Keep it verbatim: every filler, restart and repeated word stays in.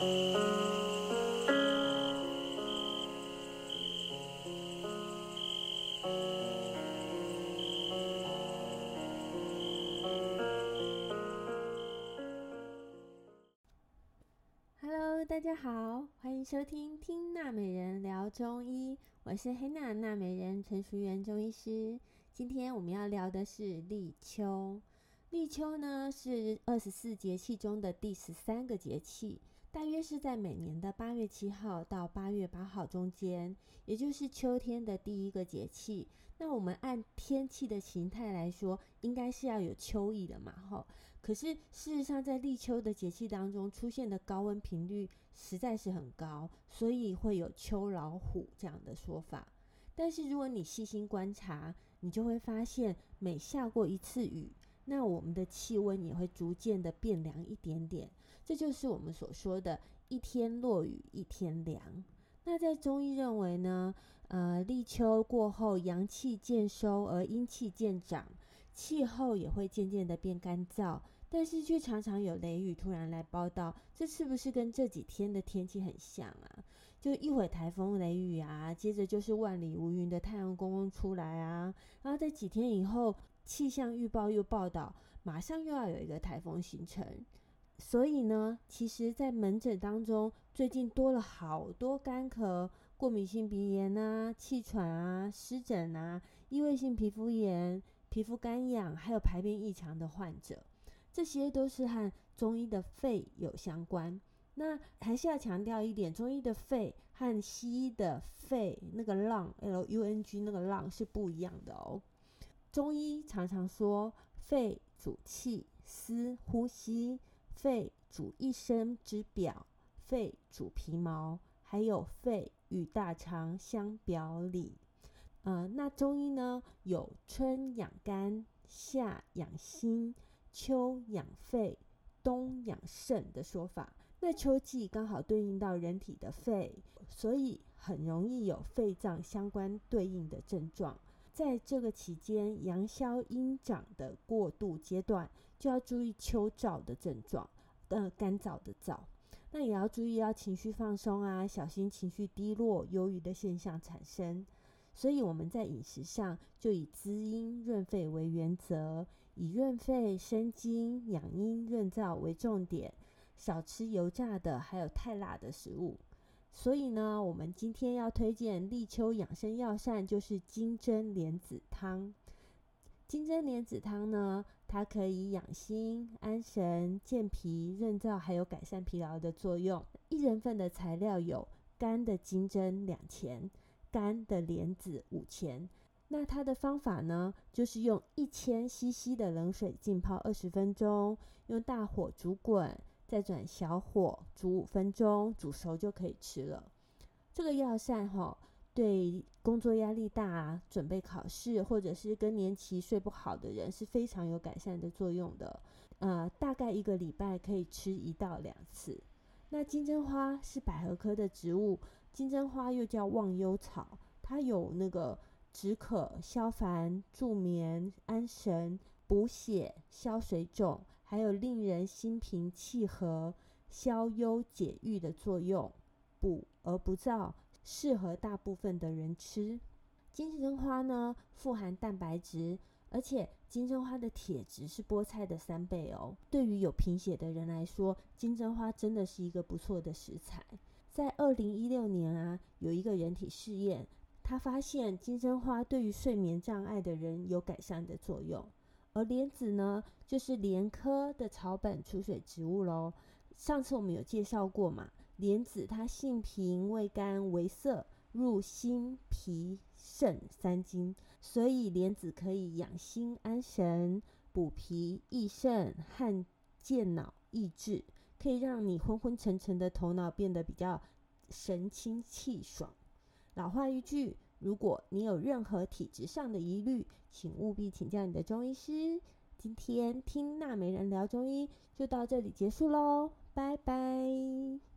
Hello， 大家好，欢迎收听听娜美人聊中医，我是黑娜娜美人陈淑媛中医师。今天我们要聊的是立秋。立秋呢是二十四节气中的第十三个节气，大约是在每年的八月七号到八月八号中间，也就是秋天的第一个节气。那我们按天气的形态来说，应该是要有秋意的嘛，吼。可是事实上在立秋的节气当中出现的高温频率实在是很高，所以会有秋老虎这样的说法。但是如果你细心观察，你就会发现每下过一次雨，那我们的气温也会逐渐的变凉一点点，这就是我们所说的一天落雨一天凉。那在中医认为呢，呃，立秋过后阳气渐收而阴气渐长，气候也会渐渐的变干燥，但是却常常有雷雨突然来报道，这是不是跟这几天的天气很像啊？就一会台风雷雨啊，接着就是万里无云的太阳公公出来啊，然后在几天以后气象预报又报道马上又要有一个台风形成。所以呢，其实在门诊当中最近多了好多干咳、过敏性鼻炎啊、气喘啊、湿疹啊、异位性皮肤炎、皮肤干痒还有排便异常的患者，这些都是和中医的肺有相关。那还是要强调一点，中医的肺和西医的肺那个 lung L U N G 那个 lung 是不一样的哦。中医常常说肺主气司呼吸，肺主一身之表，肺主皮毛，还有肺与大肠相表里。呃，那中医呢有春养肝、夏养心、秋养肺、冬养肾的说法。那秋季刚好对应到人体的肺，所以很容易有肺脏相关对应的症状。在这个期间，阳消阴长的过渡阶段，就要注意秋燥的症状，呃，干燥的燥。那也要注意要情绪放松啊，小心情绪低落、忧郁的现象产生。所以我们在饮食上就以滋阴润肺为原则，以润肺生津、养阴润燥为重点，少吃油炸的还有太辣的食物。所以呢，我们今天要推荐立秋养生药膳就是金针莲子汤。金针莲子汤呢，它可以养心、安神、健脾、润燥，还有改善疲劳的作用。一人份的材料有干的金针两钱，干的莲子五钱。那它的方法呢，就是用一千 C C 的冷水浸泡二十分钟，用大火煮滚，再转小火煮五分钟，煮熟就可以吃了。这个药膳齁，对工作压力大、准备考试或者是更年期睡不好的人是非常有改善的作用的。呃，大概一个礼拜可以吃一到两次。那金针花是百合科的植物，金针花又叫忘忧草，它有那个止渴、消烦、助眠、安神、补血、消水肿，还有令人心平气和、消忧解郁的作用，补而不燥，适合大部分的人吃。金针花呢，富含蛋白质，而且金针花的铁质是菠菜的三倍哦。对于有贫血的人来说，金针花真的是一个不错的食材。在二零一六年啊，有一个人体试验，他发现金针花对于睡眠障碍的人有改善的作用。而莲子呢，就是莲科的草本出水植物咯。上次我们有介绍过嘛，莲子它性平、味甘、微涩，入心、脾、肾三经，所以莲子可以养心安神、补脾益肾和健脑益智，可以让你昏昏沉沉的头脑变得比较神清气爽。老话一句，如果你有任何体质上的疑虑，请务必请教你的中医师。今天听娜美人聊中医就到这里结束咯，拜拜。